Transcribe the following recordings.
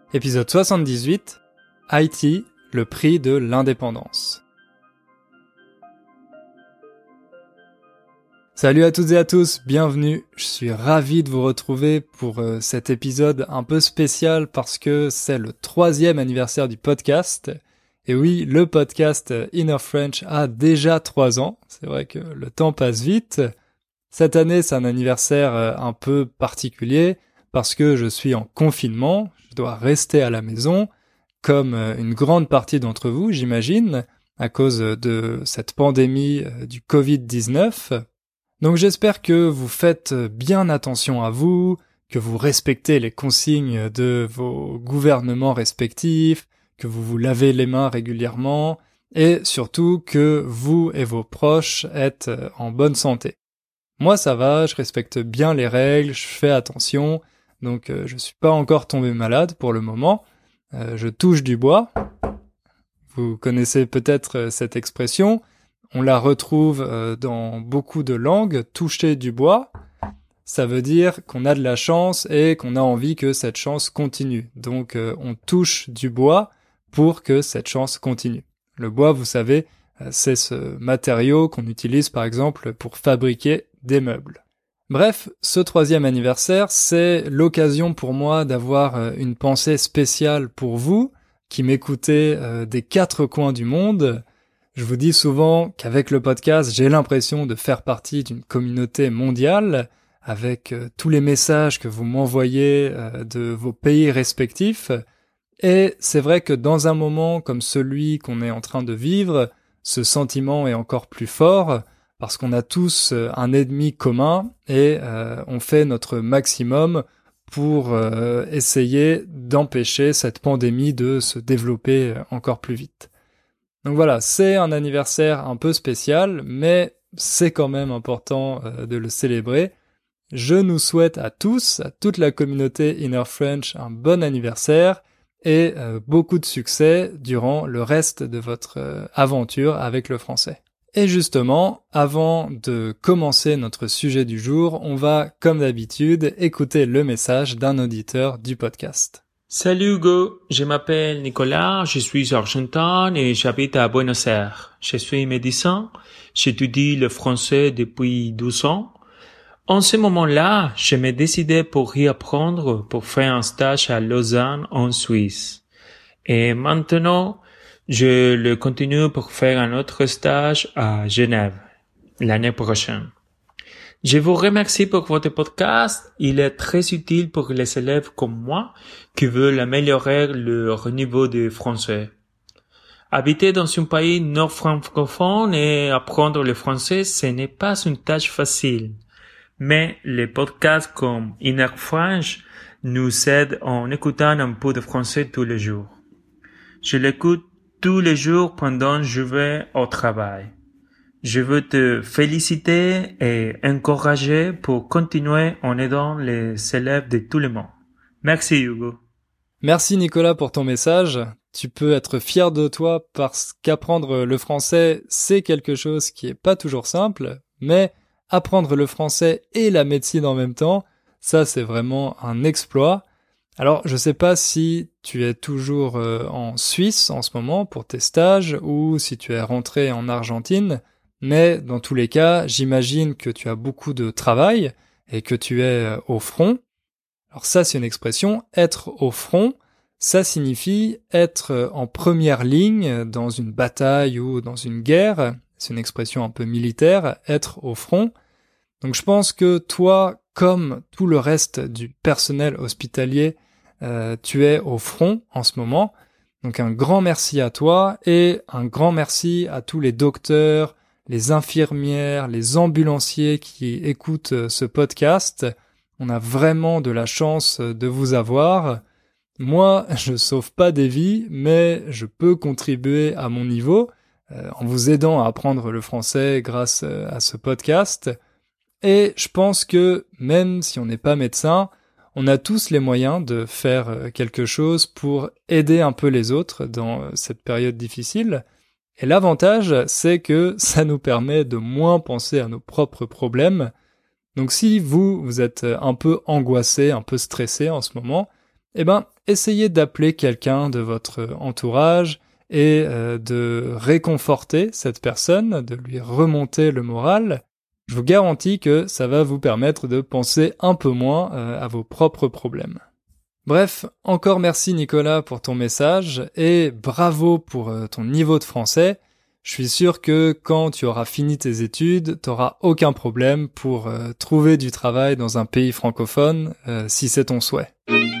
Épisode 78, Haïti, le prix de l'indépendance. Salut à toutes et à tous, bienvenue. Je suis ravi de vous retrouver pour cet épisode un peu spécial parce que c'est le 3e anniversaire du podcast. Et oui, le podcast Inner French a déjà 3 ans. C'est vrai que le temps passe vite. Cette année, c'est un anniversaire un peu particulier parce que je suis en confinement. Je dois rester à la maison, comme une grande partie d'entre vous, j'imagine, à cause de cette pandémie du Covid-19. Donc j'espère que vous faites bien attention à vous, que vous respectez les consignes de vos gouvernements respectifs, que vous vous lavez les mains régulièrement, et surtout que vous et vos proches êtes en bonne santé. Moi ça va, je respecte bien les règles, je fais attention, donc je suis pas encore tombé malade pour le moment. Je touche du bois. Vous connaissez peut-être cette expression. On la retrouve dans beaucoup de langues. Toucher du bois, ça veut dire qu'on a de la chance et qu'on a envie que cette chance continue. Donc on touche du bois pour que cette chance continue. Le bois, vous savez, c'est ce matériau qu'on utilise par exemple pour fabriquer des meubles. Bref, ce 3e anniversaire, c'est l'occasion pour moi d'avoir une pensée spéciale pour vous, qui m'écoutez des 4 coins du monde. Je vous dis souvent qu'avec le podcast, j'ai l'impression de faire partie d'une communauté mondiale, avec tous les messages que vous m'envoyez de vos pays respectifs. Et c'est vrai que dans un moment comme celui qu'on est en train de vivre, ce sentiment est encore plus fort, parce qu'on a tous un ennemi commun et on fait notre maximum pour essayer d'empêcher cette pandémie de se développer encore plus vite. Donc voilà, c'est un anniversaire un peu spécial, mais c'est quand même important de le célébrer. Je nous souhaite à tous, à toute la communauté Inner French, un bon anniversaire et beaucoup de succès durant le reste de votre aventure avec le français. Et justement, avant de commencer notre sujet du jour, on va, comme d'habitude, écouter le message d'un auditeur du podcast. Salut Hugo, je m'appelle Nicolas, je suis argentin et j'habite à Buenos Aires. Je suis médecin, j'étudie le français depuis 12 ans. En ce moment-là, je me décidais pour y apprendre pour faire un stage à Lausanne en Suisse. Et maintenant, je le continue pour faire un autre stage à Genève l'année prochaine. Je vous remercie pour votre podcast. Il est très utile pour les élèves comme moi qui veulent améliorer leur niveau de français. Habiter dans un pays non francophone et apprendre le français, ce n'est pas une tâche facile. Mais les podcasts comme Inner French nous aident en écoutant un peu de français tous les jours. Je l'écoute tous les jours pendant que je vais au travail. Je veux te féliciter et encourager pour continuer en aidant les élèves de tout le monde. Merci Hugo. Merci Nicolas pour ton message. Tu peux être fier de toi parce qu'apprendre le français, c'est quelque chose qui est pas toujours simple, mais apprendre le français et la médecine en même temps, ça c'est vraiment un exploit. Alors, je sais pas si tu es toujours en Suisse en ce moment pour tes stages ou si tu es rentré en Argentine, mais dans tous les cas, j'imagine que tu as beaucoup de travail et que tu es au front. Alors ça, c'est une expression, être au front, ça signifie être en première ligne dans une bataille ou dans une guerre. C'est une expression un peu militaire, être au front. Donc je pense que toi, comme tout le reste du personnel hospitalier, tu es au front en ce moment. Donc un grand merci à toi et un grand merci à tous les docteurs, les infirmières, les ambulanciers qui écoutent ce podcast. On a vraiment de la chance de vous avoir. Moi, je sauve pas des vies, mais je peux contribuer à mon niveau en vous aidant à apprendre le français grâce à ce podcast. Et je pense que même si on n'est pas médecin, on a tous les moyens de faire quelque chose pour aider un peu les autres dans cette période difficile. Et l'avantage, c'est que ça nous permet de moins penser à nos propres problèmes. Donc si vous êtes un peu angoissé, un peu stressé en ce moment, essayez d'appeler quelqu'un de votre entourage et de réconforter cette personne, de lui remonter le moral. Je vous garantis que ça va vous permettre de penser un peu moins à vos propres problèmes. Bref, encore merci Nicolas pour ton message et bravo pour ton niveau de français. Je suis sûr que quand tu auras fini tes études, tu n'auras aucun problème pour trouver du travail dans un pays francophone, si c'est ton souhait.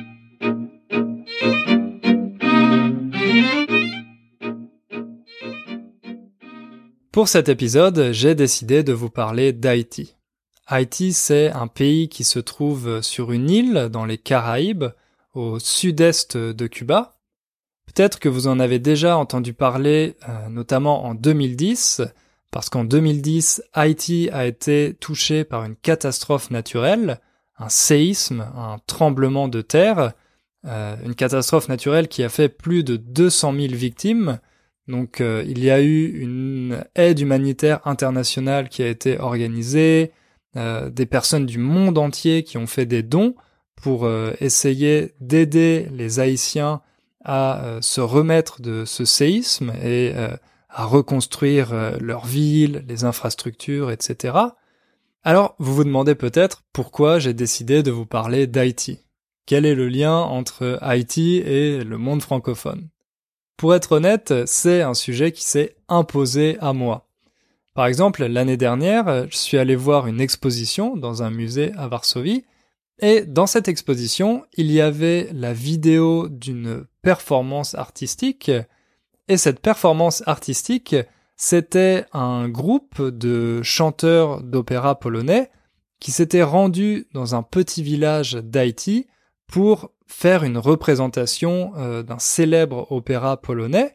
Pour cet épisode, j'ai décidé de vous parler d'Haïti. Haïti, c'est un pays qui se trouve sur une île dans les Caraïbes, au sud-est de Cuba. Peut-être que vous en avez déjà entendu parler, notamment en 2010, parce qu'en 2010, Haïti a été touché par une catastrophe naturelle, un séisme, un tremblement de terre, une catastrophe naturelle qui a fait plus de 200 000 victimes. Donc il y a eu une aide humanitaire internationale qui a été organisée, des personnes du monde entier qui ont fait des dons pour essayer d'aider les Haïtiens à se remettre de ce séisme et à reconstruire leur ville, les infrastructures, etc. Alors, vous vous demandez peut-être pourquoi j'ai décidé de vous parler d'Haïti. Quel est le lien entre Haïti et le monde francophone ? Pour être honnête, c'est un sujet qui s'est imposé à moi. Par exemple, l'année dernière, je suis allé voir une exposition dans un musée à Varsovie, et dans cette exposition, il y avait la vidéo d'une performance artistique, et cette performance artistique, c'était un groupe de chanteurs d'opéra polonais qui s'était rendu dans un petit village d'Haïti pour faire une représentation d'un célèbre opéra polonais.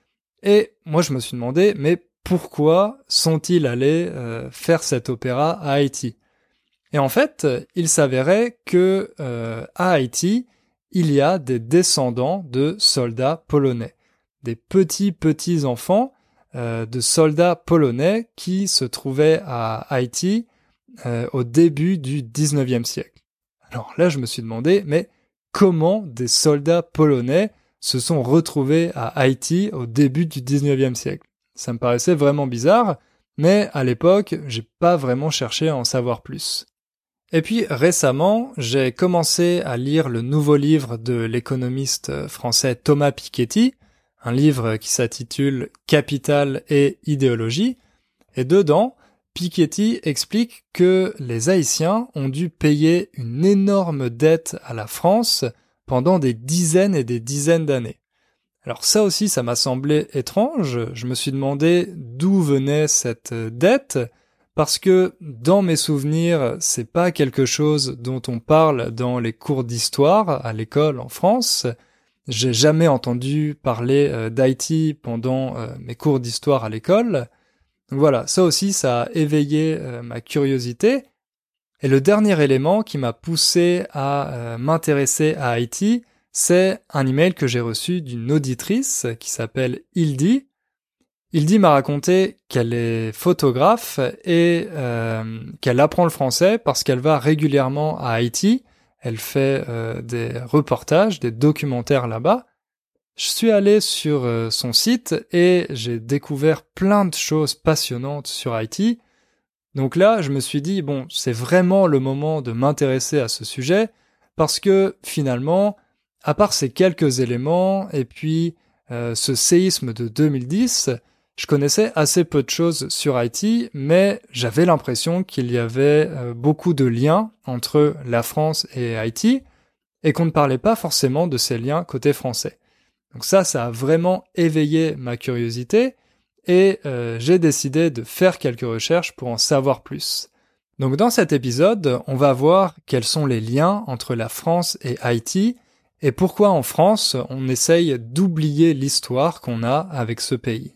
Et moi, je me suis demandé, mais pourquoi sont-ils allés faire cet opéra à Haïti ? Et en fait, il s'avérait que à Haïti, il y a des descendants de soldats polonais, des petits enfants de soldats polonais qui se trouvaient à Haïti au début du 19e siècle. Alors là, je me suis demandé, mais comment des soldats polonais se sont retrouvés à Haïti au début du 19e siècle ? Ça me paraissait vraiment bizarre, mais à l'époque, j'ai pas vraiment cherché à en savoir plus. Et puis récemment, j'ai commencé à lire le nouveau livre de l'économiste français Thomas Piketty, un livre qui s'intitule Capital et idéologie, et dedans, Piketty explique que les Haïtiens ont dû payer une énorme dette à la France pendant des dizaines et des dizaines d'années. Alors ça aussi, ça m'a semblé étrange. Je me suis demandé d'où venait cette dette, parce que dans mes souvenirs, c'est pas quelque chose dont on parle dans les cours d'histoire à l'école en France. J'ai jamais entendu parler d'Haïti pendant mes cours d'histoire à l'école. Donc voilà, ça aussi, ça a éveillé ma curiosité. Et le dernier élément qui m'a poussé à m'intéresser à Haïti, c'est un email que j'ai reçu d'une auditrice qui s'appelle Hildy. Hildy m'a raconté qu'elle est photographe et qu'elle apprend le français parce qu'elle va régulièrement à Haïti. Elle fait des reportages, des documentaires là-bas. Je suis allé sur son site et j'ai découvert plein de choses passionnantes sur Haïti. Donc là, je me suis dit, bon, c'est vraiment le moment de m'intéresser à ce sujet parce que finalement, à part ces quelques éléments et puis ce séisme de 2010, je connaissais assez peu de choses sur Haïti, mais j'avais l'impression qu'il y avait beaucoup de liens entre la France et Haïti et qu'on ne parlait pas forcément de ces liens côté français. Donc ça a vraiment éveillé ma curiosité et j'ai décidé de faire quelques recherches pour en savoir plus. Donc dans cet épisode, on va voir quels sont les liens entre la France et Haïti et pourquoi en France on essaye d'oublier l'histoire qu'on a avec ce pays.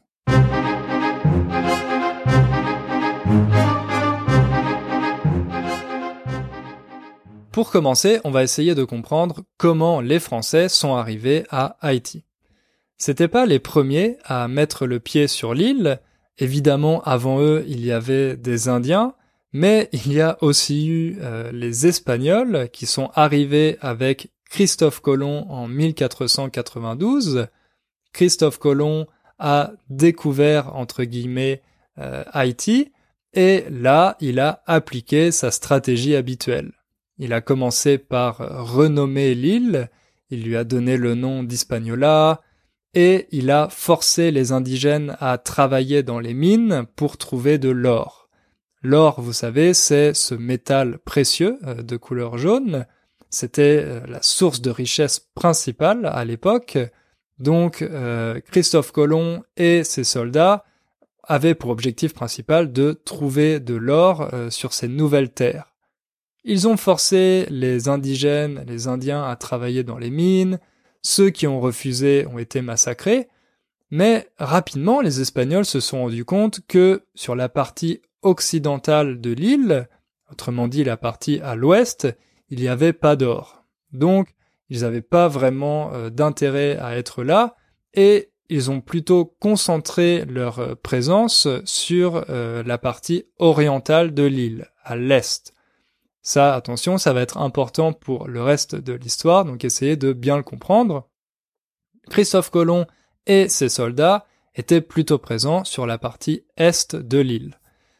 Pour commencer, on va essayer de comprendre comment les Français sont arrivés à Haïti. C'était pas les premiers à mettre le pied sur l'île. Évidemment, avant eux, il y avait des Indiens, mais il y a aussi eu les Espagnols qui sont arrivés avec Christophe Colomb en 1492. Christophe Colomb a découvert, entre guillemets, Haïti, et là, il a appliqué sa stratégie habituelle. Il a commencé par renommer l'île, il lui a donné le nom d'Hispaniola, et il a forcé les indigènes à travailler dans les mines pour trouver de l'or. L'or, vous savez, c'est ce métal précieux de couleur jaune. C'était la source de richesse principale à l'époque. Donc, Christophe Colomb et ses soldats avaient pour objectif principal de trouver de l'or sur ces nouvelles terres. Ils ont forcé les indigènes, les Indiens à travailler dans les mines. Ceux qui ont refusé ont été massacrés. Mais rapidement, les Espagnols se sont rendus compte que sur la partie occidentale de l'île, autrement dit la partie à l'ouest, il n'y avait pas d'or. Donc, ils n'avaient pas vraiment d'intérêt à être là, et ils ont plutôt concentré leur présence sur la partie orientale de l'île, à l'est. Ça, attention, ça va être important pour le reste de l'histoire, donc essayez de bien le comprendre. Christophe Colomb et ses soldats étaient plutôt présents sur la partie est de l'île.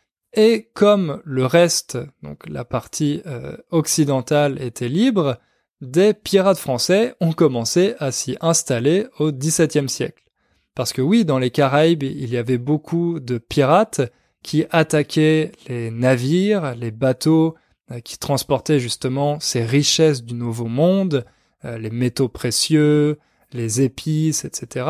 Et comme le reste, donc la partie occidentale était libre, des pirates français ont commencé à s'y installer au XVIIe siècle. Parce que oui, dans les Caraïbes, il y avait beaucoup de pirates qui attaquaient les navires, les bateaux qui transportaient justement ces richesses du Nouveau Monde, les métaux précieux, les épices, etc.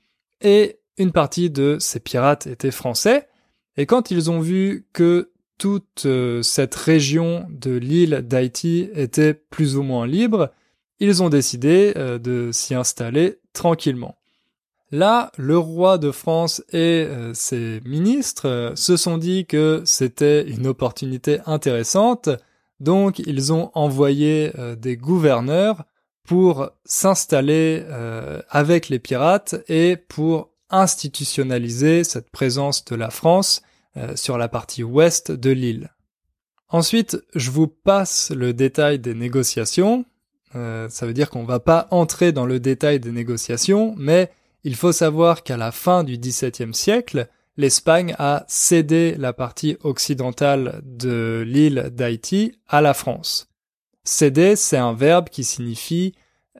Et une partie de ces pirates étaient français, et quand ils ont vu que toute cette région de l'île d'Haïti était plus ou moins libre, ils ont décidé de s'y installer tranquillement. Là, le roi de France et ses ministres se sont dit que c'était une opportunité intéressante, donc ils ont envoyé des gouverneurs pour s'installer avec les pirates et pour institutionnaliser cette présence de la France sur la partie ouest de l'île. Ensuite, je vous passe le détail des négociations. Ça veut dire qu'on va pas entrer dans le détail des négociations, mais il faut savoir qu'à la fin du XVIIe siècle, l'Espagne a cédé la partie occidentale de l'île d'Haïti à la France. Céder, c'est un verbe qui signifie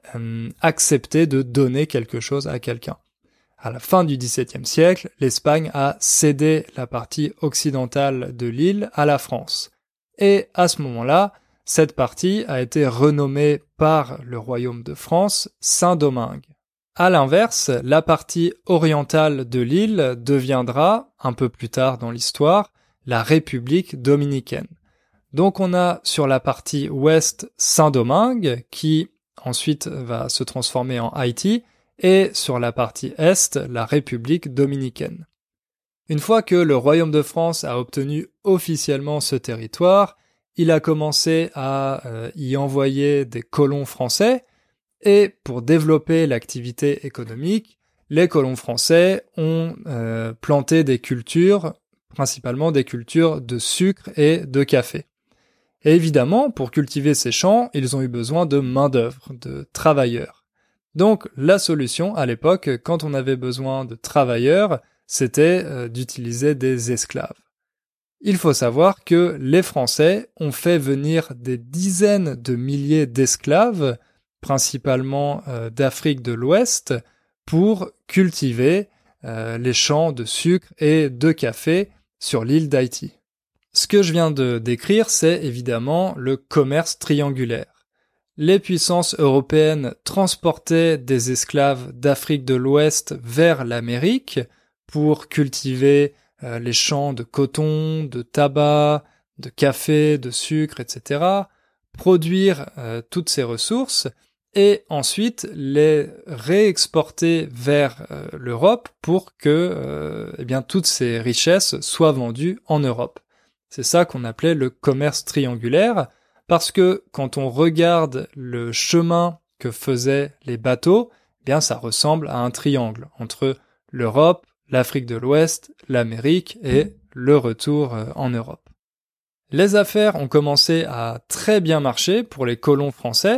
accepter de donner quelque chose à quelqu'un. À la fin du XVIIe siècle, l'Espagne a cédé la partie occidentale de l'île à la France. Et à ce moment-là, cette partie a été renommée par le royaume de France Saint-Domingue. À l'inverse, la partie orientale de l'île deviendra, un peu plus tard dans l'histoire, la République dominicaine. Donc on a sur la partie ouest Saint-Domingue, qui ensuite va se transformer en Haïti, et sur la partie est, la République dominicaine. Une fois que le royaume de France a obtenu officiellement ce territoire, il a commencé à y envoyer des colons français, et pour développer l'activité économique, les colons français ont planté des cultures, principalement des cultures de sucre et de café. Et évidemment, pour cultiver ces champs, ils ont eu besoin de main-d'œuvre, de travailleurs. Donc la solution à l'époque, quand on avait besoin de travailleurs, c'était d'utiliser des esclaves. Il faut savoir que les Français ont fait venir des dizaines de milliers d'esclaves, principalement d'Afrique de l'Ouest, pour cultiver les champs de sucre et de café sur l'île d'Haïti. Ce que je viens de décrire, c'est évidemment le commerce triangulaire. Les puissances européennes transportaient des esclaves d'Afrique de l'Ouest vers l'Amérique pour cultiver les champs de coton, de tabac, de café, de sucre, etc., produire toutes ces ressources et ensuite les réexporter vers l'Europe pour que toutes ces richesses soient vendues en Europe. C'est ça qu'on appelait le commerce triangulaire, parce que quand on regarde le chemin que faisaient les bateaux, ça ressemble à un triangle entre l'Europe, l'Afrique de l'Ouest, l'Amérique et le retour en Europe. Les affaires ont commencé à très bien marcher pour les colons français,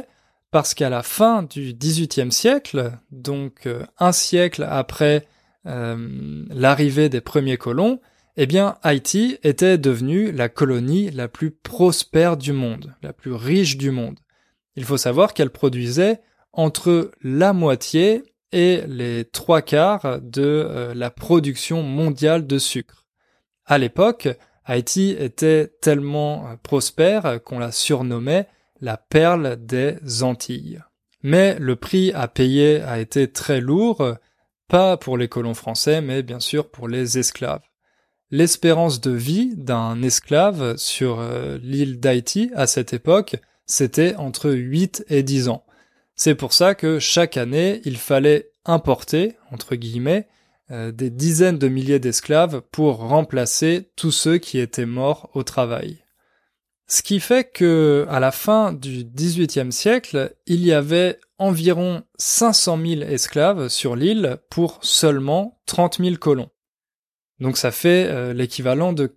Parce qu'à la fin du XVIIIe siècle, donc un siècle après l'arrivée des premiers colons, eh bien Haïti était devenue la colonie la plus prospère du monde, la plus riche du monde. Il faut savoir qu'elle produisait entre la moitié et les 3/4 de la production mondiale de sucre. À l'époque, Haïti était tellement prospère qu'on la surnommait la perle des Antilles. Mais le prix à payer a été très lourd, pas pour les colons français, mais bien sûr pour les esclaves. L'espérance de vie d'un esclave sur l'île d'Haïti à cette époque, c'était entre 8 et 10 ans. C'est pour ça que chaque année, il fallait importer, entre guillemets, des dizaines de milliers d'esclaves pour remplacer tous ceux qui étaient morts au travail. Ce qui fait que, à la fin du XVIIIe siècle, il y avait environ 500 000 esclaves sur l'île pour seulement 30 000 colons. Donc ça fait l'équivalent de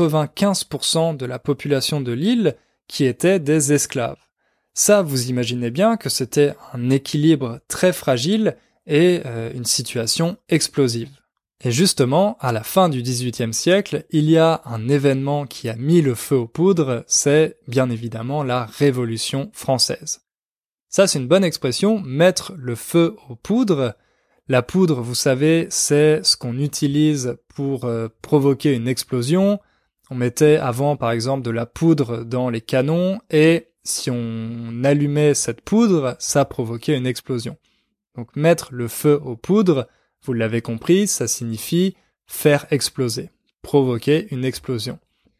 95% de la population de l'île qui étaient des esclaves. Ça, vous imaginez bien que c'était un équilibre très fragile et une situation explosive. Et justement, à la fin du XVIIIe siècle, il y a un événement qui a mis le feu aux poudres, c'est bien évidemment la Révolution française. Ça, c'est une bonne expression, mettre le feu aux poudres. La poudre, vous savez, c'est ce qu'on utilise pour provoquer une explosion. On mettait avant, par exemple, de la poudre dans les canons et si on allumait cette poudre, ça provoquait une explosion. Donc mettre le feu aux poudres, vous l'avez compris, ça signifie faire exploser, provoquer une explosion.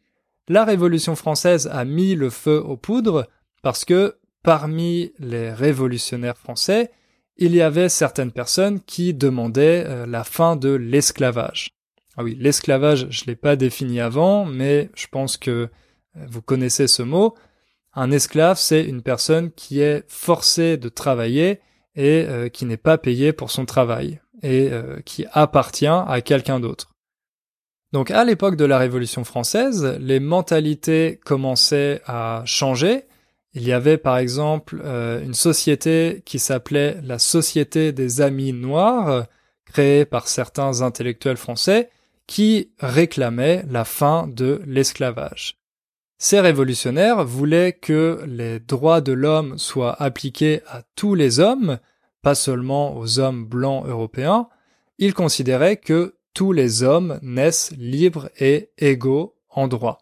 La Révolution française a mis le feu aux poudres parce que parmi les révolutionnaires français, il y avait certaines personnes qui demandaient la fin de l'esclavage. Ah oui, l'esclavage, je l'ai pas défini avant, mais je pense que vous connaissez ce mot. Un esclave, c'est une personne qui est forcée de travailler et qui n'est pas payée pour son travail et qui appartient à quelqu'un d'autre. Donc à l'époque de la Révolution française, les mentalités commençaient à changer. Il y avait par exemple une société qui s'appelait la Société des Amis Noirs, créée par certains intellectuels français, qui réclamaient la fin de l'esclavage. Ces révolutionnaires voulaient que les droits de l'homme soient appliqués à tous les hommes, pas seulement aux hommes blancs européens. Ils considéraient que tous les hommes naissent libres et égaux en droit.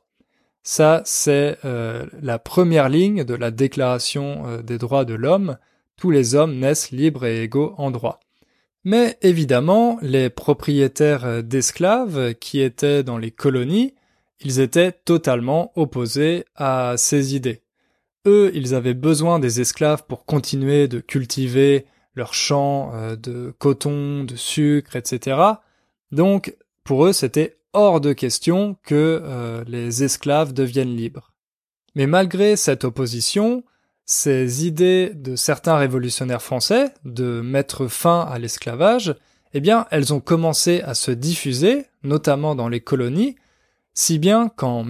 Ça, c'est la première ligne de la Déclaration des droits de l'homme. Tous les hommes naissent libres et égaux en droit. Mais évidemment, les propriétaires d'esclaves qui étaient dans les colonies, ils étaient totalement opposés à ces idées. Eux, ils avaient besoin des esclaves pour continuer de cultiver leurs champs de coton, de sucre, etc. Donc, pour eux, c'était hors de question que les esclaves deviennent libres. Mais malgré cette opposition, ces idées de certains révolutionnaires français de mettre fin à l'esclavage, eh bien, elles ont commencé à se diffuser, notamment dans les colonies, si bien qu'en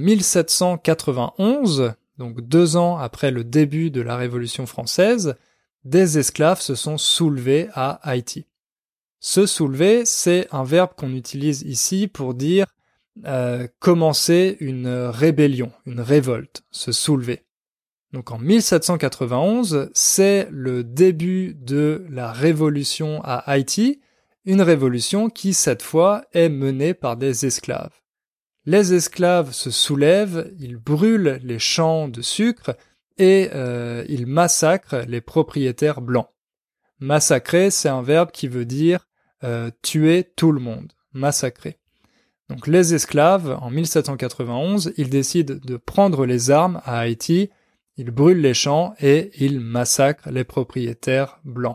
1791, donc 2 ans après le début de la Révolution française, des esclaves se sont soulevés à Haïti. Se soulever, c'est un verbe qu'on utilise ici pour dire commencer une rébellion, une révolte, se soulever. Donc en 1791, c'est le début de la révolution à Haïti, une révolution qui, cette fois, est menée par des esclaves. Les esclaves se soulèvent, ils brûlent les champs de sucre et ils massacrent les propriétaires blancs. Massacrer, c'est un verbe qui veut dire tuer tout le monde, massacrer. Donc les esclaves, en 1791, ils décident de prendre les armes à Haïti, ils brûlent les champs et ils massacrent les propriétaires blancs.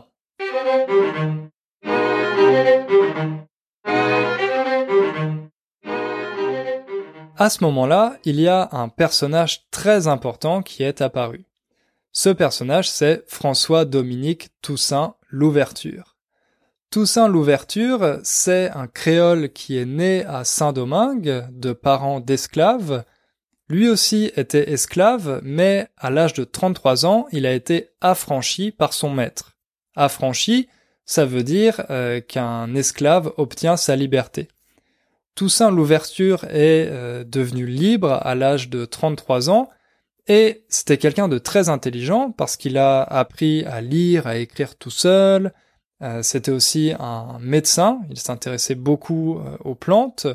À ce moment-là, il y a un personnage très important qui est apparu. Ce personnage, c'est François-Dominique Toussaint Louverture. Toussaint Louverture, c'est un créole qui est né à Saint-Domingue, de parents d'esclaves. lui aussi était esclave, mais à l'âge de 33 ans, il a été affranchi par son maître. Affranchi, ça veut dire qu'un esclave obtient sa liberté. Toussaint Louverture est devenu libre à l'âge de 33 ans, et c'était quelqu'un de très intelligent parce qu'il a appris à lire, à écrire tout seul. C'était aussi un médecin, il s'intéressait beaucoup aux plantes.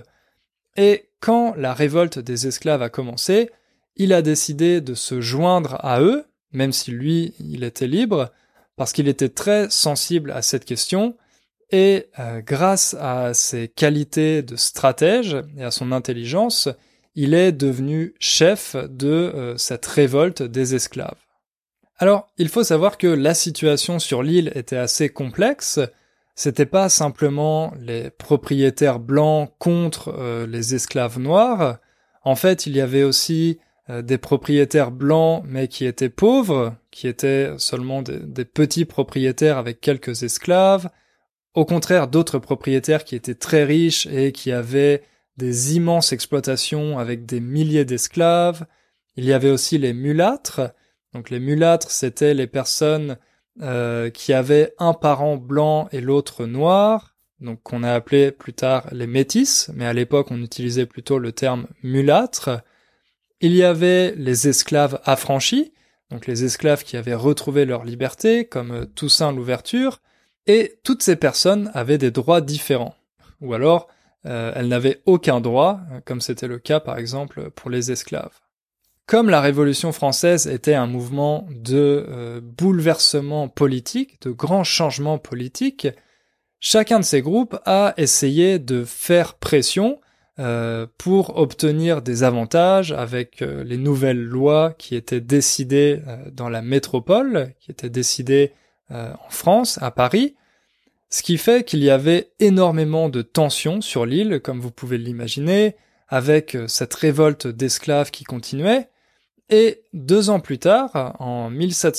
Et quand la révolte des esclaves a commencé, il a décidé de se joindre à eux, même si lui, il était libre, parce qu'il était très sensible à cette question, et grâce à ses qualités de stratège et à son intelligence, il est devenu chef de cette révolte des esclaves. Alors, il faut savoir que la situation sur l'île était assez complexe. C'était pas simplement les propriétaires blancs contre les esclaves noirs. En fait, il y avait aussi des propriétaires blancs mais qui étaient pauvres, qui étaient seulement des petits propriétaires avec quelques esclaves. Au contraire, d'autres propriétaires qui étaient très riches et qui avaient des immenses exploitations avec des milliers d'esclaves. Il y avait aussi les mulâtres. Donc les mulâtres, c'était les personnes qui avaient un parent blanc et l'autre noir, donc qu'on a appelé plus tard les métis, mais à l'époque on utilisait plutôt le terme mulâtre. Il y avait les esclaves affranchis, donc les esclaves qui avaient retrouvé leur liberté, comme Toussaint Louverture, et toutes ces personnes avaient des droits différents. Ou alors, elles n'avaient aucun droit, comme c'était le cas par exemple pour les esclaves. Comme la Révolution française était un mouvement de bouleversement politique, de grands changements politiques, chacun de ces groupes a essayé de faire pression pour obtenir des avantages avec les nouvelles lois qui étaient décidées dans la métropole, qui étaient décidées en France, à Paris, ce qui fait qu'il y avait énormément de tensions sur l'île, comme vous pouvez l'imaginer, avec cette révolte d'esclaves qui continuait. Et 2 ans plus tard, en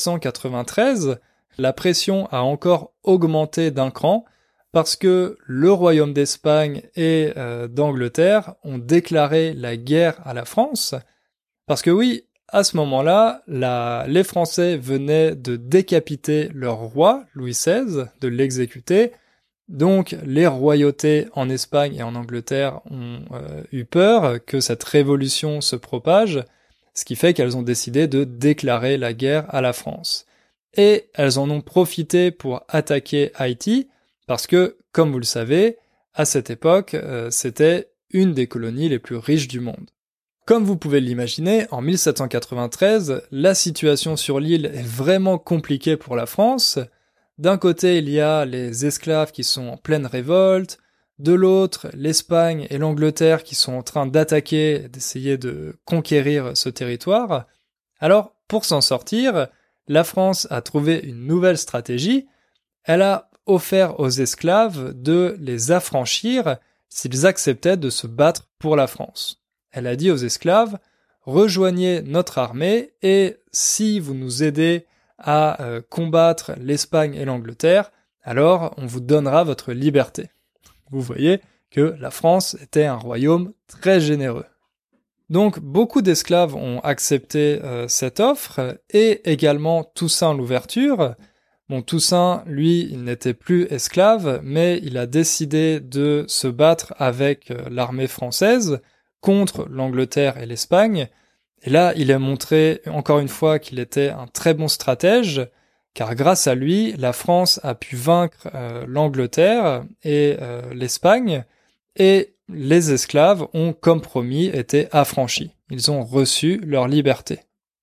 1793, la pression a encore augmenté d'un cran parce que le royaume d'Espagne et d'Angleterre ont déclaré la guerre à la France. Parce que oui, à ce moment-là, les Français venaient de décapiter leur roi, Louis XVI, de l'exécuter. Donc les royautés en Espagne et en Angleterre ont eu peur que cette révolution se propage, ce qui fait qu'elles ont décidé de déclarer la guerre à la France. Et elles en ont profité pour attaquer Haïti, parce que, comme vous le savez, à cette époque, c'était une des colonies les plus riches du monde. Comme vous pouvez l'imaginer, en 1793, la situation sur l'île est vraiment compliquée pour la France. D'un côté, il y a les esclaves qui sont en pleine révolte, de l'autre, l'Espagne et l'Angleterre qui sont en train d'attaquer, d'essayer de conquérir ce territoire. Alors, pour s'en sortir, la France a trouvé une nouvelle stratégie. Elle a offert aux esclaves de les affranchir s'ils acceptaient de se battre pour la France. Elle a dit aux esclaves, rejoignez notre armée et si vous nous aidez à combattre l'Espagne et l'Angleterre, alors on vous donnera votre liberté. Vous voyez que la France était un royaume très généreux. Donc beaucoup d'esclaves ont accepté cette offre, et également Toussaint Louverture. Bon, Toussaint, lui, il n'était plus esclave, mais il a décidé de se battre avec l'armée française contre l'Angleterre et l'Espagne. Et là, il a montré encore une fois qu'il était un très bon stratège, car grâce à lui, la France a pu vaincre l'Angleterre et l'Espagne, et les esclaves ont, comme promis, été affranchis. Ils ont reçu leur liberté.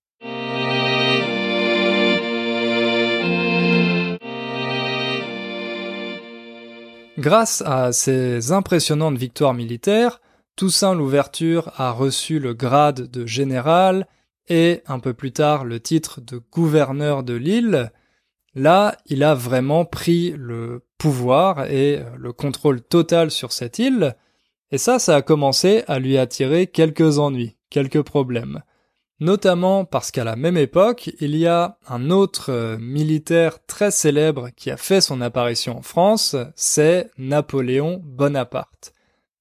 Grâce à ces impressionnantes victoires militaires, Toussaint Louverture a reçu le grade de général et un peu plus tard le titre de gouverneur de l'île. Là, il a vraiment pris le pouvoir et le contrôle total sur cette île, et ça a commencé à lui attirer quelques ennuis, quelques problèmes. Notamment parce qu'à la même époque, il y a un autre militaire très célèbre qui a fait son apparition en France, c'est Napoléon Bonaparte.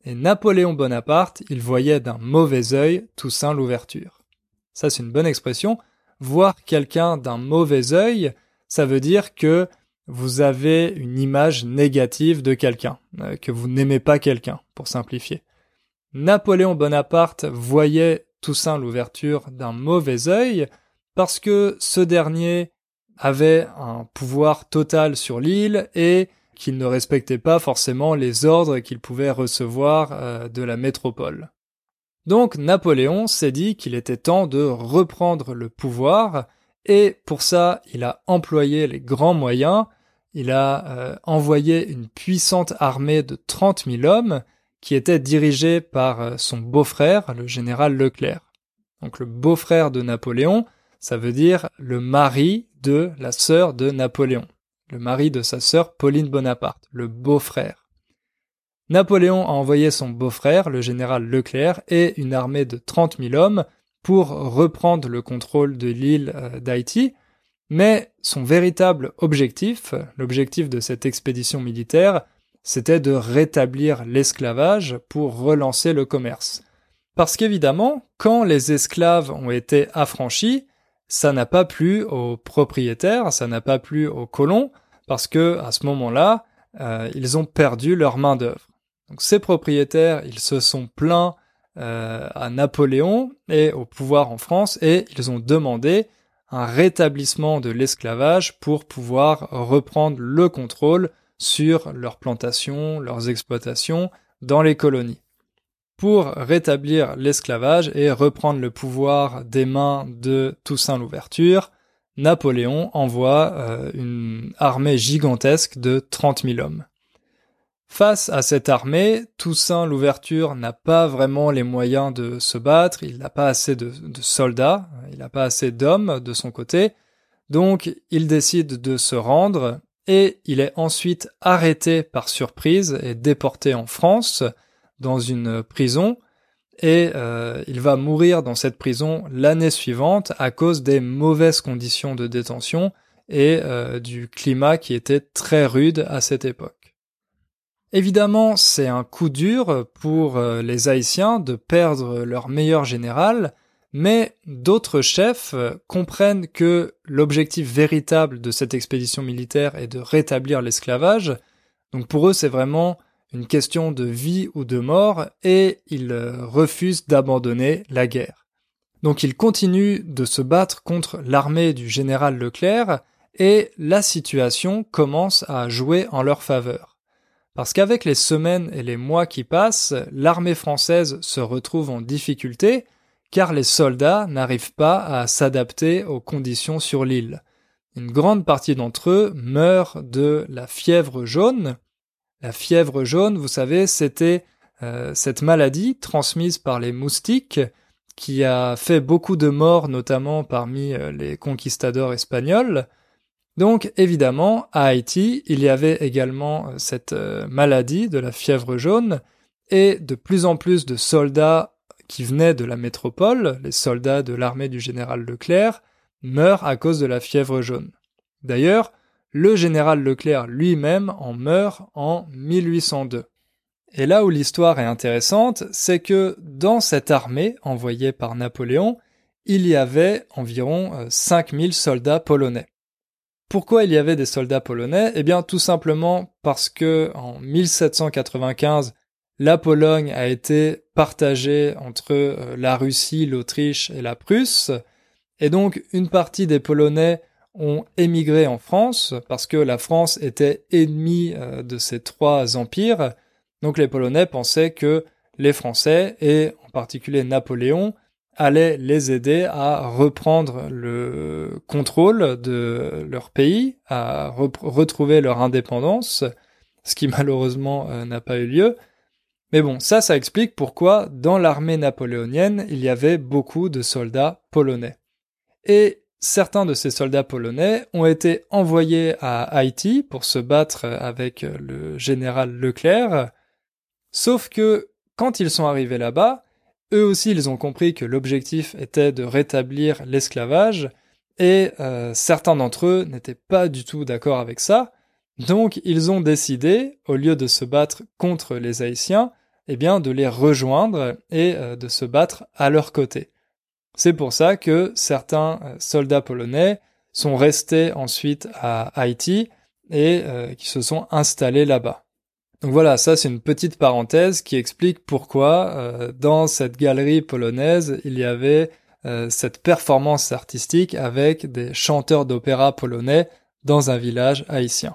et Napoléon Bonaparte, il voyait d'un mauvais œil Toussaint Louverture. Ça, c'est une bonne expression. Voir quelqu'un d'un mauvais œil, ça veut dire que vous avez une image négative de quelqu'un, que vous n'aimez pas quelqu'un, pour simplifier. Napoléon Bonaparte voyait Toussaint Louverture d'un mauvais œil parce que ce dernier avait un pouvoir total sur l'île et qu'il ne respectait pas forcément les ordres qu'il pouvait recevoir de la métropole. Donc Napoléon s'est dit qu'il était temps de reprendre le pouvoir et pour ça il a employé les grands moyens, il a envoyé une puissante armée de 30 000 hommes qui était dirigée par son beau-frère, le général Leclerc. Donc le beau-frère de Napoléon, ça veut dire le mari de la sœur de Napoléon, le mari de sa sœur Pauline Bonaparte, le beau-frère. Napoléon a envoyé son beau-frère, le général Leclerc, et une armée de 30 000 hommes pour reprendre le contrôle de l'île d'Haïti, mais son véritable objectif, l'objectif de cette expédition militaire, c'était de rétablir l'esclavage pour relancer le commerce. Parce qu'évidemment, quand les esclaves ont été affranchis, ça n'a pas plu aux propriétaires, ça n'a pas plu aux colons, parce que à ce moment-là, ils ont perdu leur main-d'œuvre. Donc ces propriétaires, ils se sont plaints à Napoléon et au pouvoir en France, et ils ont demandé un rétablissement de l'esclavage pour pouvoir reprendre le contrôle sur leurs plantations, leurs exploitations dans les colonies. Pour rétablir l'esclavage et reprendre le pouvoir des mains de Toussaint Louverture, Napoléon envoie une armée gigantesque de 30 000 hommes. Face à cette armée, Toussaint Louverture n'a pas vraiment les moyens de se battre, il n'a pas assez de soldats, il n'a pas assez d'hommes de son côté, donc il décide de se rendre et il est ensuite arrêté par surprise et déporté en France dans une prison et il va mourir dans cette prison l'année suivante à cause des mauvaises conditions de détention et du climat qui était très rude à cette époque. Évidemment, c'est un coup dur pour les Haïtiens de perdre leur meilleur général, mais d'autres chefs comprennent que l'objectif véritable de cette expédition militaire est de rétablir l'esclavage, donc pour eux c'est vraiment une question de vie ou de mort, et ils refusent d'abandonner la guerre. Donc ils continuent de se battre contre l'armée du général Leclerc, et la situation commence à jouer en leur faveur. Parce qu'avec les semaines et les mois qui passent, l'armée française se retrouve en difficulté, car les soldats n'arrivent pas à s'adapter aux conditions sur l'île. Une grande partie d'entre eux meurent de la fièvre jaune. La fièvre jaune, vous savez, c'était cette maladie transmise par les moustiques qui a fait beaucoup de morts, notamment parmi les conquistadors espagnols. Donc évidemment, à Haïti, il y avait également cette maladie de la fièvre jaune, et de plus en plus de soldats qui venaient de la métropole, les soldats de l'armée du général Leclerc, meurent à cause de la fièvre jaune. D'ailleurs, le général Leclerc lui-même en meurt en 1802. Et là où l'histoire est intéressante, c'est que dans cette armée envoyée par Napoléon, il y avait environ 5000 soldats polonais. Pourquoi il y avait des soldats polonais ? Eh bien, tout simplement parce que en 1795, la Pologne a été partagée entre la Russie, l'Autriche et la Prusse, et donc une partie des Polonais ont émigré en France parce que la France était ennemie de ces trois empires. Donc les Polonais pensaient que les Français, et en particulier Napoléon, allaient les aider à reprendre le contrôle de leur pays, à retrouver leur indépendance, ce qui malheureusement n'a pas eu lieu. Mais bon, ça explique pourquoi dans l'armée napoléonienne, il y avait beaucoup de soldats polonais. Et certains de ces soldats polonais ont été envoyés à Haïti pour se battre avec le général Leclerc, sauf que quand ils sont arrivés là-bas, eux aussi, ils ont compris que l'objectif était de rétablir l'esclavage, et certains d'entre eux n'étaient pas du tout d'accord avec ça, donc ils ont décidé, au lieu de se battre contre les Haïtiens, de les rejoindre et de se battre à leur côté. C'est pour ça que certains soldats polonais sont restés ensuite à Haïti et qui se sont installés là-bas. Donc voilà, ça c'est une petite parenthèse qui explique pourquoi dans cette galerie polonaise, il y avait cette performance artistique avec des chanteurs d'opéra polonais dans un village haïtien.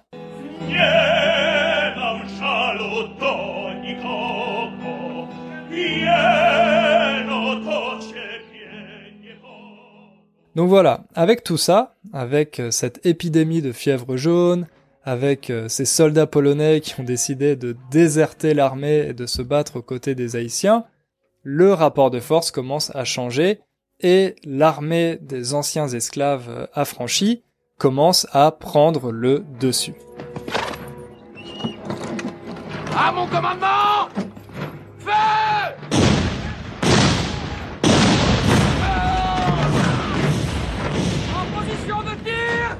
Donc voilà, avec tout ça, avec cette épidémie de fièvre jaune, avec ces soldats polonais qui ont décidé de déserter l'armée et de se battre aux côtés des Haïtiens, le rapport de force commence à changer et l'armée des anciens esclaves affranchis commence à prendre le dessus. À mon commandement! Feu! En position de tir!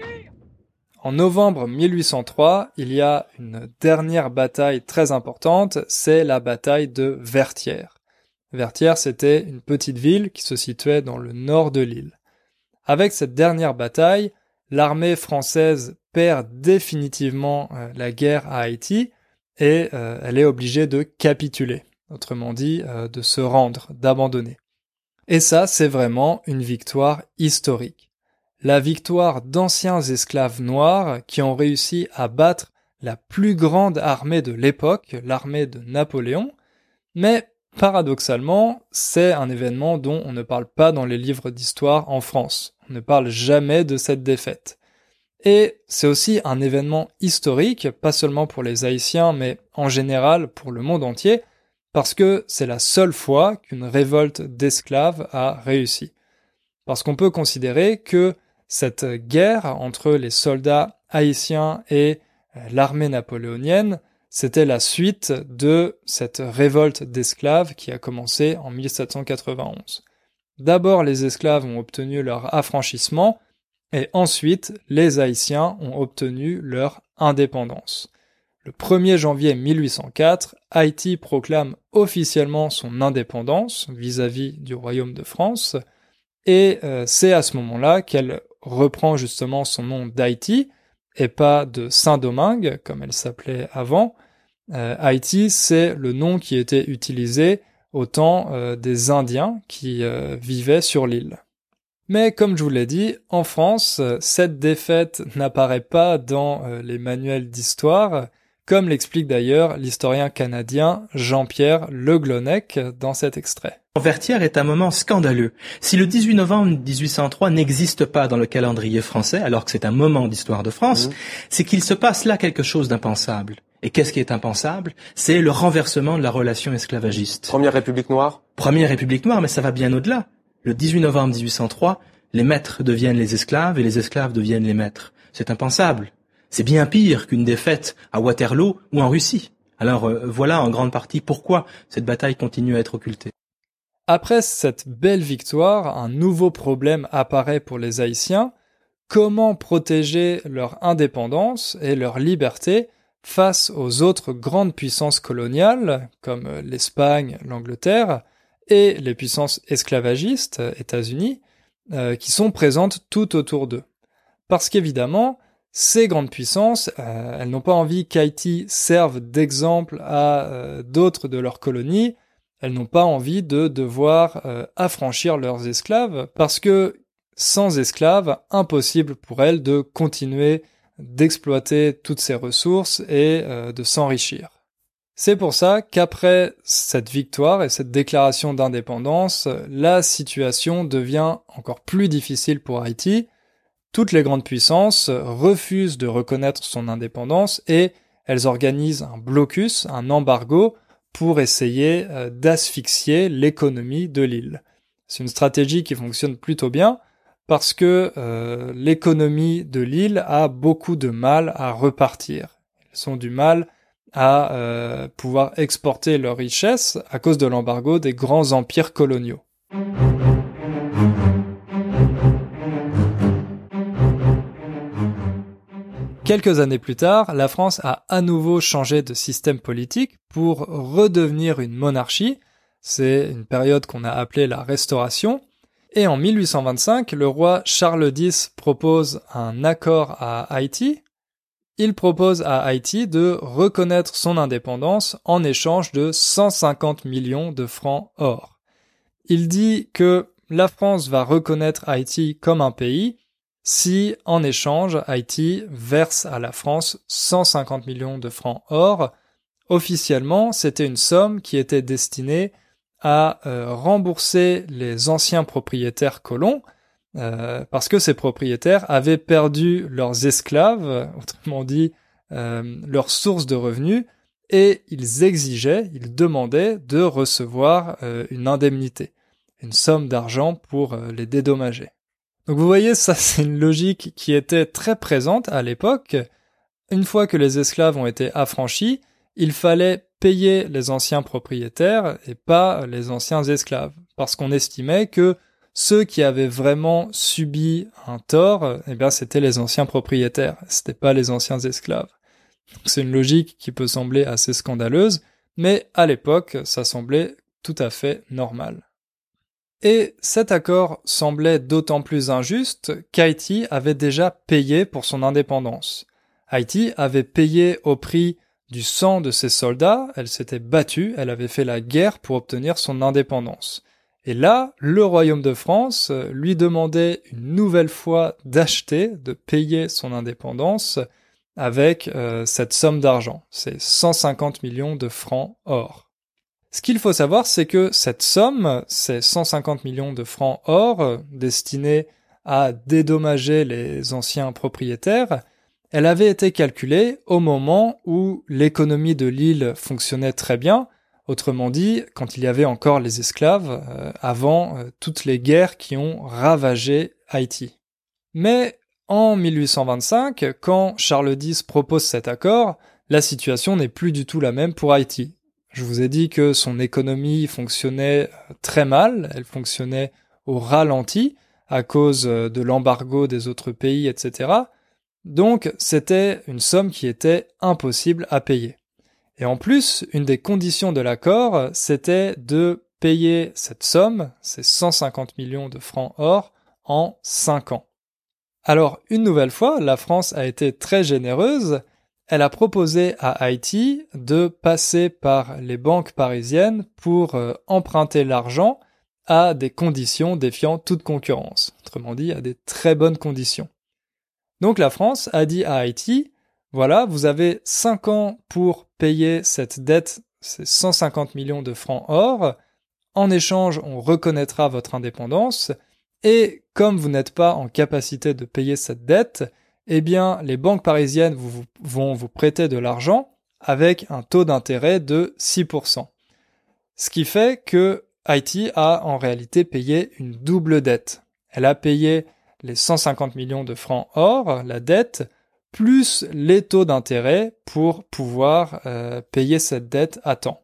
En novembre 1803, il y a une dernière bataille très importante, c'est la bataille de Vertières. Vertières, c'était une petite ville qui se situait dans le nord de l'île. Avec cette dernière bataille, l'armée française perd définitivement la guerre à Haïti et elle est obligée de capituler, autrement dit de se rendre, d'abandonner. Et ça, c'est vraiment une victoire historique. La victoire d'anciens esclaves noirs qui ont réussi à battre la plus grande armée de l'époque, l'armée de Napoléon, mais paradoxalement, c'est un événement dont on ne parle pas dans les livres d'histoire en France. On ne parle jamais de cette défaite. Et c'est aussi un événement historique, pas seulement pour les Haïtiens, mais en général pour le monde entier, parce que c'est la seule fois qu'une révolte d'esclaves a réussi. Parce qu'on peut considérer que cette guerre entre les soldats haïtiens et l'armée napoléonienne, c'était la suite de cette révolte d'esclaves qui a commencé en 1791. D'abord, les esclaves ont obtenu leur affranchissement, et ensuite, les Haïtiens ont obtenu leur indépendance. Le 1er janvier 1804, Haïti proclame officiellement son indépendance vis-à-vis du Royaume de France, et c'est à ce moment-là qu'elle reprend justement son nom d'Haïti, et pas de Saint-Domingue, comme elle s'appelait avant. Haïti, c'est le nom qui était utilisé au temps des Indiens qui vivaient sur l'île. Mais comme je vous l'ai dit, en France, cette défaite n'apparaît pas dans les manuels d'histoire, comme l'explique d'ailleurs l'historien canadien Jean-Pierre Le Glonec dans cet extrait. Vertières est un moment scandaleux. Si le 18 novembre 1803 n'existe pas dans le calendrier français, alors que c'est un moment d'histoire de France, c'est qu'il se passe là quelque chose d'impensable. Et qu'est-ce qui est impensable? C'est le renversement de la relation esclavagiste. Première République noire? Première République noire, mais ça va bien au-delà. Le 18 novembre 1803, les maîtres deviennent les esclaves et les esclaves deviennent les maîtres. C'est impensable. C'est bien pire qu'une défaite à Waterloo ou en Russie. Alors voilà en grande partie pourquoi cette bataille continue à être occultée. Après cette belle victoire, un nouveau problème apparaît pour les Haïtiens. Comment protéger leur indépendance et leur liberté face aux autres grandes puissances coloniales, comme l'Espagne, l'Angleterre, et les puissances esclavagistes, États-Unis, qui sont présentes tout autour d'eux. Parce qu'évidemment, ces grandes puissances, elles n'ont pas envie qu'Haïti serve d'exemple à d'autres de leurs colonies. Elles n'ont pas envie de devoir affranchir leurs esclaves, parce que sans esclaves, impossible pour elles de continuer d'exploiter toutes ces ressources et de s'enrichir. C'est pour ça qu'après cette victoire et cette déclaration d'indépendance, la situation devient encore plus difficile pour Haïti. Toutes les grandes puissances refusent de reconnaître son indépendance et elles organisent un blocus, un embargo, pour essayer d'asphyxier l'économie de l'île. C'est une stratégie qui fonctionne plutôt bien parce que l'économie de l'île a beaucoup de mal à repartir. Ils ont du mal à pouvoir exporter leurs richesses à cause de l'embargo des grands empires coloniaux. Quelques années plus tard, la France a à nouveau changé de système politique pour redevenir une monarchie. C'est une période qu'on a appelée la Restauration. Et en 1825, le roi Charles X propose un accord à Haïti. Il propose à Haïti de reconnaître son indépendance en échange de 150 millions de francs or. Il dit que la France va reconnaître Haïti comme un pays si, en échange, Haïti verse à la France 150 millions de francs or. Officiellement, c'était une somme qui était destinée à rembourser les anciens propriétaires colons, parce que ces propriétaires avaient perdu leurs esclaves, autrement dit, leur source de revenus, et ils demandaient de recevoir une indemnité, une somme d'argent pour les dédommager. Donc vous voyez, ça c'est une logique qui était très présente à l'époque. Une fois que les esclaves ont été affranchis, il fallait payer les anciens propriétaires et pas les anciens esclaves, parce qu'on estimait que ceux qui avaient vraiment subi un tort, eh bien c'était les anciens propriétaires, c'était pas les anciens esclaves. Donc c'est une logique qui peut sembler assez scandaleuse, mais à l'époque, ça semblait tout à fait normal. Et cet accord semblait d'autant plus injuste qu'Haïti avait déjà payé pour son indépendance. Haïti avait payé au prix du sang de ses soldats, elle s'était battue, elle avait fait la guerre pour obtenir son indépendance. Et là, le royaume de France lui demandait une nouvelle fois de payer son indépendance avec cette somme d'argent, c'est 150 millions de francs or. Ce qu'il faut savoir, c'est que cette somme, ces 150 millions de francs or destinés à dédommager les anciens propriétaires, elle avait été calculée au moment où l'économie de l'île fonctionnait très bien, autrement dit, quand il y avait encore les esclaves, avant toutes les guerres qui ont ravagé Haïti. Mais en 1825, quand Charles X propose cet accord, la situation n'est plus du tout la même pour Haïti. Je vous ai dit que son économie fonctionnait très mal, elle fonctionnait au ralenti à cause de l'embargo des autres pays, etc. Donc c'était une somme qui était impossible à payer. Et en plus, une des conditions de l'accord, c'était de payer cette somme, ces 150 millions de francs or, en 5 ans. Alors, une nouvelle fois, la France a été très généreuse. Elle a proposé à Haïti de passer par les banques parisiennes pour emprunter l'argent à des conditions défiant toute concurrence. Autrement dit, à des très bonnes conditions. Donc la France a dit à Haïti, voilà, vous avez 5 ans pour payer cette dette, ces 150 millions de francs or. En échange, on reconnaîtra votre indépendance. Et comme vous n'êtes pas en capacité de payer cette dette, eh bien, les banques parisiennes vont vous prêter de l'argent avec un taux d'intérêt de 6%. Ce qui fait que Haïti a en réalité payé une double dette. Elle a payé les 150 millions de francs or, la dette, plus les taux d'intérêt pour pouvoir payer cette dette à temps.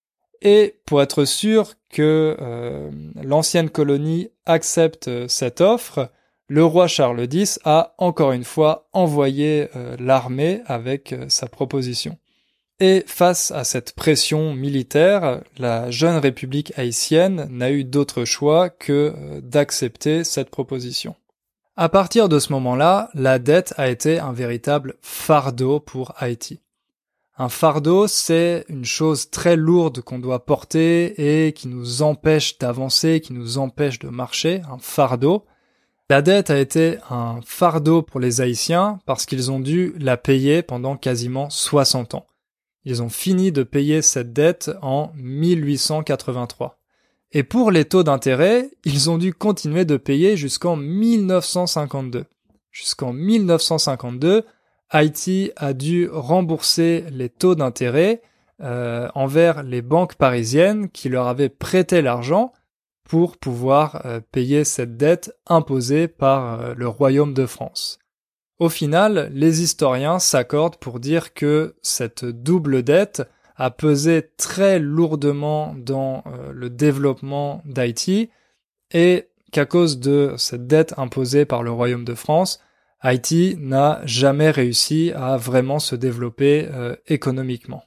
Et pour être sûr que l'ancienne colonie accepte cette offre, le roi Charles X a encore une fois envoyé l'armée avec sa proposition. Et face à cette pression militaire, la jeune République haïtienne n'a eu d'autre choix que d'accepter cette proposition. À partir de ce moment-là, la dette a été un véritable fardeau pour Haïti. Un fardeau, c'est une chose très lourde qu'on doit porter et qui nous empêche d'avancer, qui nous empêche de marcher, un fardeau. La dette a été un fardeau pour les Haïtiens parce qu'ils ont dû la payer pendant quasiment 60 ans. Ils ont fini de payer cette dette en 1883. Et pour les taux d'intérêt, ils ont dû continuer de payer jusqu'en 1952. Jusqu'en 1952, Haïti a dû rembourser les taux d'intérêt envers les banques parisiennes qui leur avaient prêté l'argent pour pouvoir payer cette dette imposée par le Royaume de France. Au final, les historiens s'accordent pour dire que cette double dette a pesé très lourdement dans le développement d'Haïti et qu'à cause de cette dette imposée par le Royaume de France, Haïti n'a jamais réussi à vraiment se développer économiquement.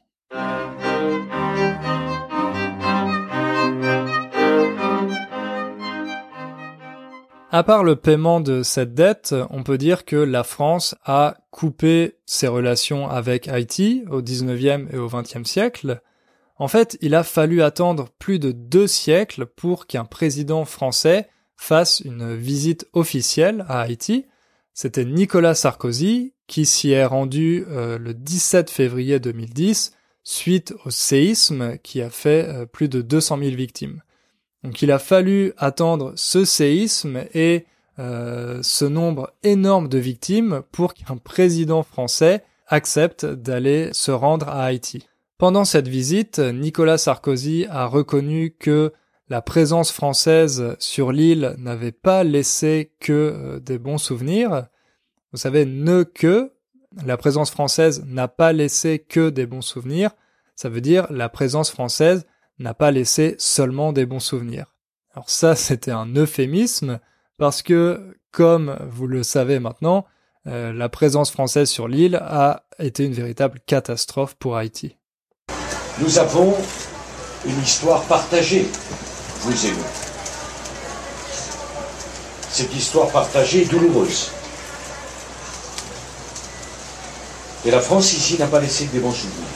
À part le paiement de cette dette, on peut dire que la France a coupé ses relations avec Haïti au XIXe et au XXe siècle. En fait, il a fallu attendre plus de 2 siècles pour qu'un président français fasse une visite officielle à Haïti. C'était Nicolas Sarkozy qui s'y est rendu le 17 février 2010 suite au séisme qui a fait plus de 200 000 victimes. Donc il a fallu attendre ce séisme et ce nombre énorme de victimes pour qu'un président français accepte d'aller se rendre à Haïti. Pendant cette visite, Nicolas Sarkozy a reconnu que la présence française sur l'île n'avait pas laissé que des bons souvenirs. Vous savez, la présence française n'a pas laissé que des bons souvenirs. Ça veut dire la présence française n'a pas laissé seulement des bons souvenirs. Alors ça, c'était un euphémisme parce que, comme vous le savez maintenant, la présence française sur l'île a été une véritable catastrophe pour Haïti. Nous avons une histoire partagée, vous et nous. Cette histoire partagée est douloureuse. Et la France ici n'a pas laissé que des bons souvenirs.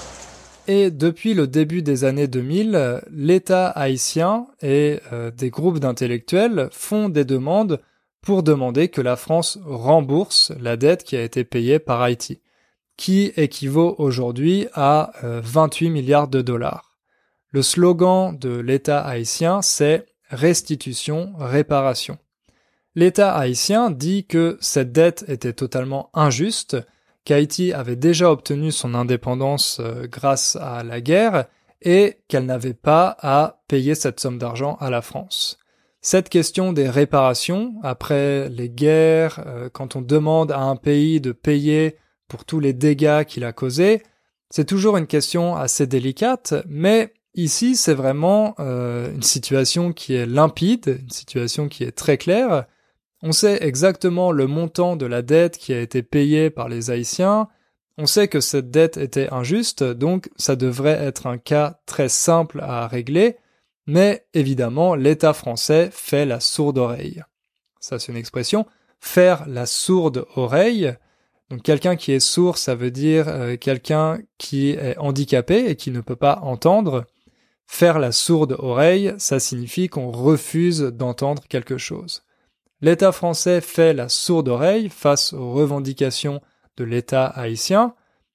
Et depuis le début des années 2000, l'État haïtien et des groupes d'intellectuels font des demandes pour demander que la France rembourse la dette qui a été payée par Haïti, qui équivaut aujourd'hui à 28 milliards de dollars. Le slogan de l'État haïtien, c'est « restitution, réparation ». L'État haïtien dit que cette dette était totalement injuste, qu'Haïti avait déjà obtenu son indépendance grâce à la guerre et qu'elle n'avait pas à payer cette somme d'argent à la France. Cette question des réparations, après les guerres, quand on demande à un pays de payer pour tous les dégâts qu'il a causés, c'est toujours une question assez délicate, mais ici c'est vraiment une situation qui est limpide, une situation qui est très claire. On sait exactement le montant de la dette qui a été payée par les Haïtiens, on sait que cette dette était injuste, donc ça devrait être un cas très simple à régler, mais évidemment l'État français fait la sourde oreille. Ça c'est une expression, faire la sourde oreille. Donc quelqu'un qui est sourd, ça veut dire quelqu'un qui est handicapé et qui ne peut pas entendre. Faire la sourde oreille, ça signifie qu'on refuse d'entendre quelque chose. L'État français fait la sourde oreille face aux revendications de l'État haïtien,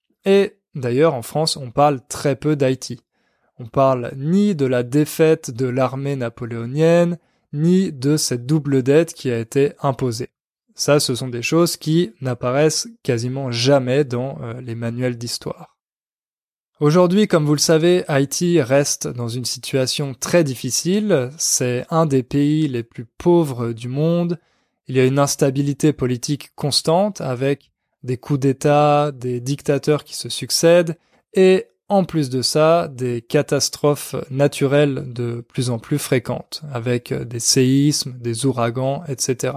et d'ailleurs en France on parle très peu d'Haïti. On parle ni de la défaite de l'armée napoléonienne, ni de cette double dette qui a été imposée. Ça, ce sont des choses qui n'apparaissent quasiment jamais dans les manuels d'histoire. Aujourd'hui, comme vous le savez, Haïti reste dans une situation très difficile. C'est un des pays les plus pauvres du monde. Il y a une instabilité politique constante avec des coups d'État, des dictateurs qui se succèdent et en plus de ça, des catastrophes naturelles de plus en plus fréquentes avec des séismes, des ouragans, etc.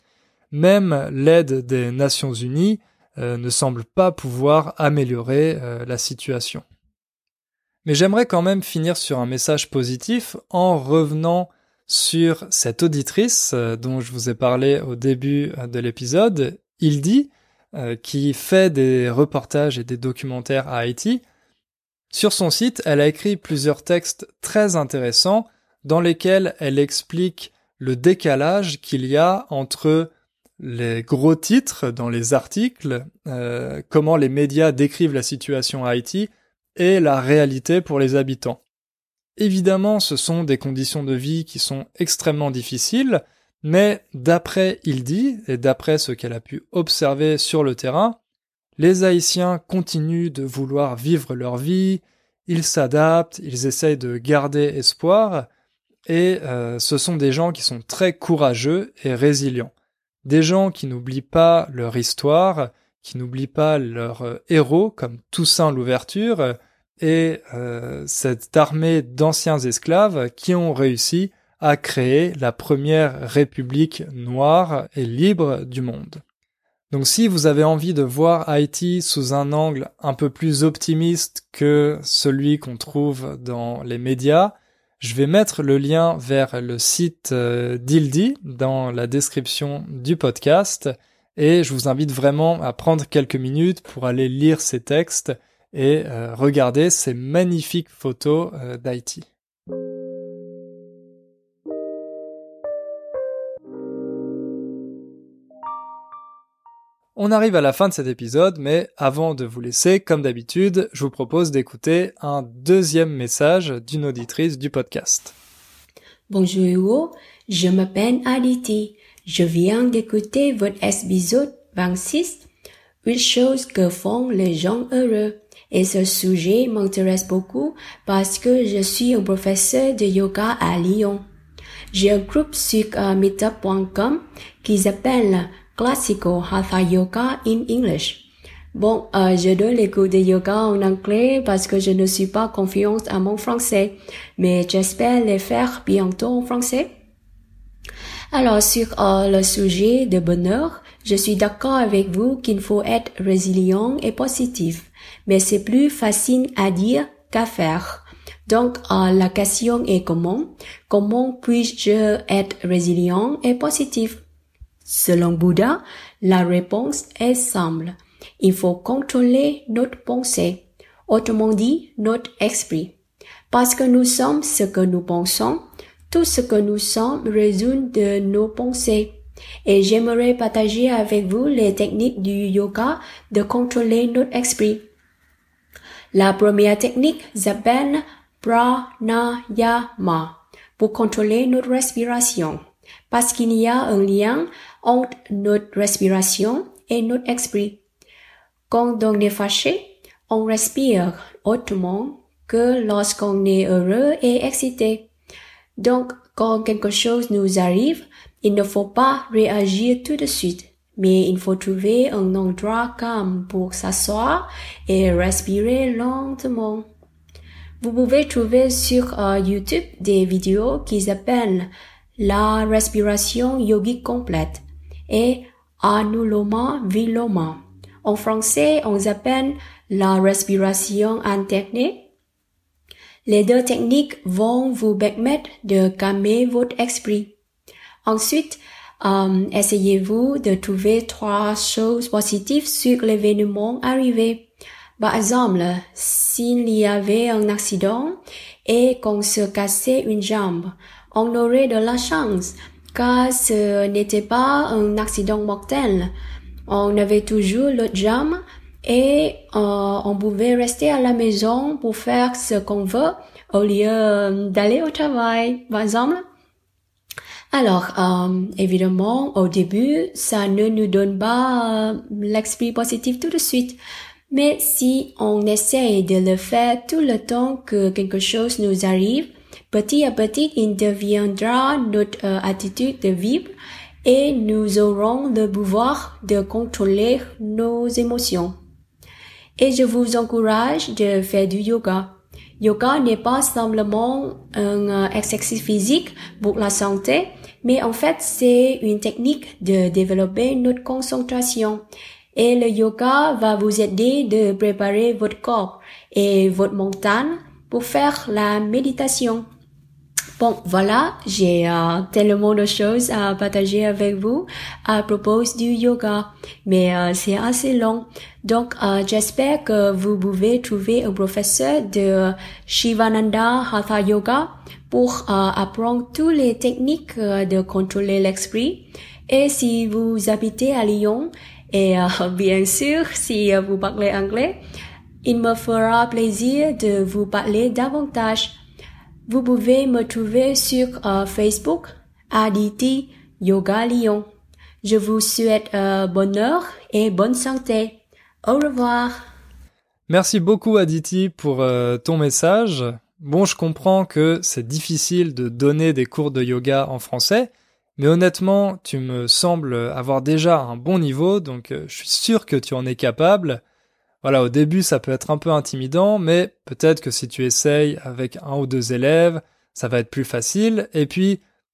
Même l'aide des Nations Unies ne semble pas pouvoir améliorer la situation. Mais j'aimerais quand même finir sur un message positif en revenant sur cette auditrice dont je vous ai parlé au début de l'épisode, Hildy, qui fait des reportages et des documentaires à Haïti. Sur son site, elle a écrit plusieurs textes très intéressants dans lesquels elle explique le décalage qu'il y a entre les gros titres dans les articles, comment les médias décrivent la situation à Haïti et la réalité pour les habitants. Évidemment, ce sont des conditions de vie qui sont extrêmement difficiles, mais d'après Hildy et d'après ce qu'elle a pu observer sur le terrain, les Haïtiens continuent de vouloir vivre leur vie, ils s'adaptent, ils essayent de garder espoir, et ce sont des gens qui sont très courageux et résilients. Des gens qui n'oublient pas leur histoire, qui n'oublient pas leurs héros comme Toussaint Louverture et cette armée d'anciens esclaves qui ont réussi à créer la première république noire et libre du monde. Donc si vous avez envie de voir Haïti sous un angle un peu plus optimiste que celui qu'on trouve dans les médias, je vais mettre le lien vers le site d'Ildi dans la description du podcast et je vous invite vraiment à prendre quelques minutes pour aller lire ces textes et regarder ces magnifiques photos d'Haïti. On arrive à la fin de cet épisode, mais avant de vous laisser, comme d'habitude, je vous propose d'écouter un deuxième message d'une auditrice du podcast. Bonjour Hugo, je m'appelle Aditi. Je viens d'écouter votre épisode 26, 8 choses que font les gens heureux. Et ce sujet m'intéresse beaucoup parce que je suis un professeur de yoga à Lyon. J'ai un groupe sur meetup.com qui s'appelle Classical Hatha Yoga in English. Bon, je donne les cours de yoga en anglais parce que je ne suis pas confiante à mon français, mais j'espère les faire bientôt en français. Alors, sur le sujet de bonheur, je suis d'accord avec vous qu'il faut être résilient et positif, mais c'est plus facile à dire qu'à faire. Donc, la question est comment puis-je être résilient et positif? Selon Bouddha, la réponse est simple. Il faut contrôler notre pensée, autrement dit, notre esprit. Parce que nous sommes ce que nous pensons, tout ce que nous sommes résulte de nos pensées. Et j'aimerais partager avec vous les techniques du yoga de contrôler notre esprit. La première technique s'appelle pranayama pour contrôler notre respiration. Parce qu'il y a un lien entre notre respiration et notre esprit. Quand on est fâché, on respire autrement que lorsqu'on est heureux et excité. Donc, quand quelque chose nous arrive, il ne faut pas réagir tout de suite, mais il faut trouver un endroit calme pour s'asseoir et respirer lentement. Vous pouvez trouver sur YouTube des vidéos qui s'appellent la respiration yogique complète et Anuloma Viloma. En français, on s'appelle la respiration alternée. Les deux techniques vont vous permettre de calmer votre esprit. Ensuite, essayez-vous de trouver 3 choses positives sur l'événement arrivé. Par exemple, s'il y avait un accident et qu'on se cassait une jambe, on aurait de la chance, car ce n'était pas un accident mortel. On avait toujours l'autre jambe et on pouvait rester à la maison pour faire ce qu'on veut au lieu d'aller au travail, par exemple. Alors, évidemment, au début, ça ne nous donne pas l'esprit positif tout de suite. Mais si on essaie de le faire tout le temps que quelque chose nous arrive, petit à petit, il deviendra notre attitude de vivre et nous aurons le pouvoir de contrôler nos émotions. Et je vous encourage de faire du yoga. Yoga n'est pas simplement un exercice physique pour la santé, mais en fait, c'est une technique de développer notre concentration. Et le yoga va vous aider de préparer votre corps et votre mental pour faire la méditation. Bon, voilà, j'ai tellement de choses à partager avec vous à propos du yoga, mais c'est assez long. Donc, j'espère que vous pouvez trouver un professeur de Shivananda Hatha Yoga pour apprendre toutes les techniques de contrôler l'esprit. Et si vous habitez à Lyon, et bien sûr, si vous parlez anglais, il me fera plaisir de vous parler davantage. Vous pouvez me trouver sur Facebook, Aditi Yoga Lyon. Je vous souhaite bonheur et bonne santé. Au revoir. Merci beaucoup Aditi pour ton message. Bon, je comprends que c'est difficile de donner des cours de yoga en français, mais honnêtement, tu me sembles avoir déjà un bon niveau, donc je suis sûr que tu en es capable. Voilà, au début, ça peut être un peu intimidant, mais peut-être que si tu essayes avec 1 ou 2 élèves, ça va être plus facile. Et puis,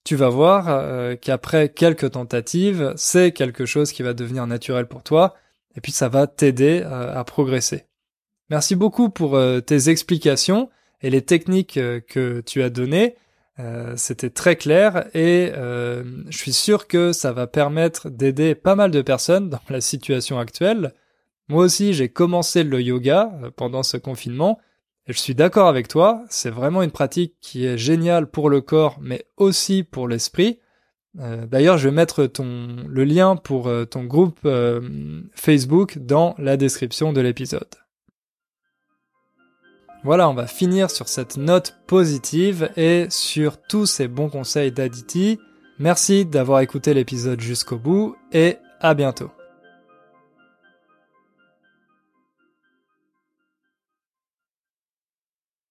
tu vas voir qu'après quelques tentatives, c'est quelque chose qui va devenir naturel pour toi, et puis ça va t'aider à progresser. Merci beaucoup pour tes explications et les techniques que tu as données. C'était très clair et je suis sûr que ça va permettre d'aider pas mal de personnes dans la situation actuelle. Moi aussi, j'ai commencé le yoga pendant ce confinement et je suis d'accord avec toi, c'est vraiment une pratique qui est géniale pour le corps mais aussi pour l'esprit. D'ailleurs, je vais mettre le lien pour ton groupe Facebook dans la description de l'épisode. Voilà, on va finir sur cette note positive et sur tous ces bons conseils d'Aditi. Merci d'avoir écouté l'épisode jusqu'au bout et à bientôt.